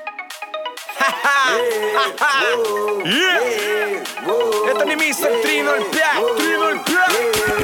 Это не мистер 305. 305.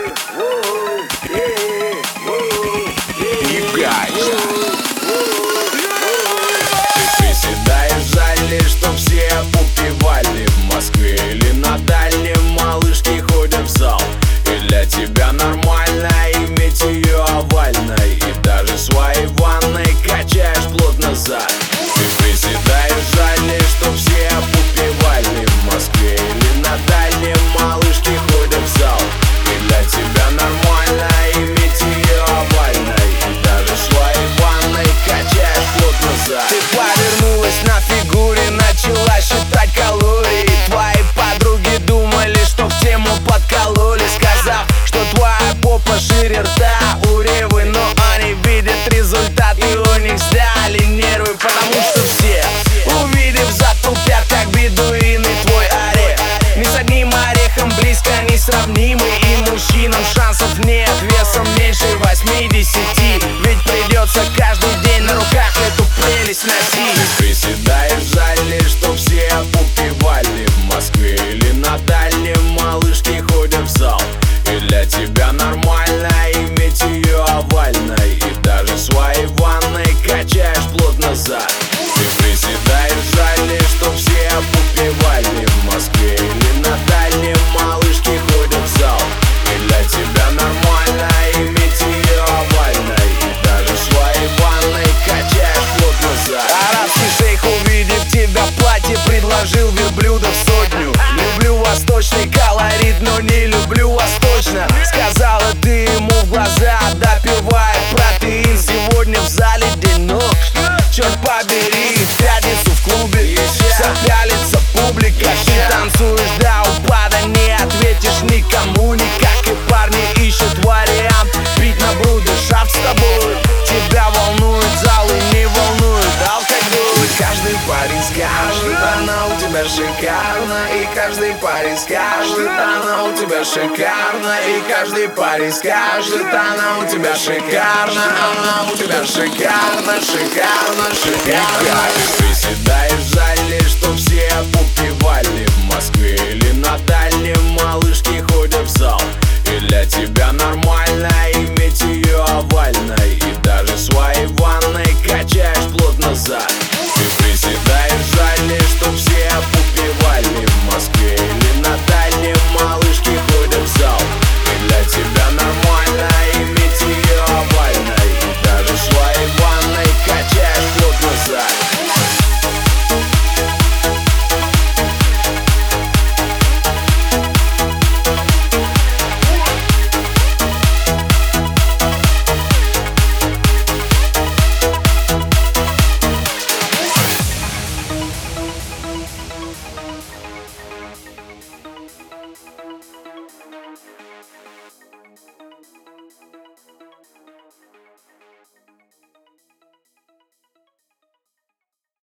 Ты приседаешь в зале, чтоб все упивали. В Москве или на дальнем малышки ходят в зал. И для тебя нормально иметь ее овальной. И даже своей ванной качаешь плотно зад. Ты приседаешь в зале, чтоб все упивали. В Москве или на дальнем малышки ходят в зал. И для тебя нормально иметь ее овальной. И даже своей ванной качаешь плотно зад. Ты повернулась на фигуре, начала считать калории. Твои подруги думали, что в тему подкололи, сказав, что твоя попа шире рта у Ревы. Но они видят результат, и у них сдали нервы. Потому что все, увидев, затупят, как бедуины, твой орех. Ни с одним орехом близко не сравнимый. И мужчинам шансов нет, весом меньше 80. Ведь придется каждый день на руках эту прелесть носить. Ты приседаешь в зале, чтоб все упивали. В Москве или на дальнем малышки ходят в зал. И для тебя нормально иметь ее овальной. И даже своей ванной качаешь плотно зад. Ты приседаешь в зале, чтоб все упивали. В Москве или на дальнем малышки ходят в зал. И для тебя нормально иметь ее овальной. И даже своей ванной качаешь плотно зад. Арабский шейх, увидев тебя в платье, предложил верблюдов сотню. Люблю восточный колорит, но не люблю восточно. Сказала ты ему в глаза, допивая протеин. Сегодня в зале денек, черт побери. В пятницу в клубе вся пялится публика. Ты танцуешь до упада, не ответишь никому никак. И парни ищут вариант пить на брудершафт с тобой. Тебя волнует зал и не волнует алкоголь. И каждый парень скажет, она у тебя шикарна. И каждый парень скажет, она у тебя шикарна. И каждый парень скажет, она у тебя шикарна. Она у тебя шикарна, шикарна, шикарна. Ты приседаешь в зале, чтоб все упивали. В Москве или на дальнем малышки ходят в зал. И для тебя нормально иметь ее овальной. И даже своей ванной качаешь плотно зад. Ты приседаешь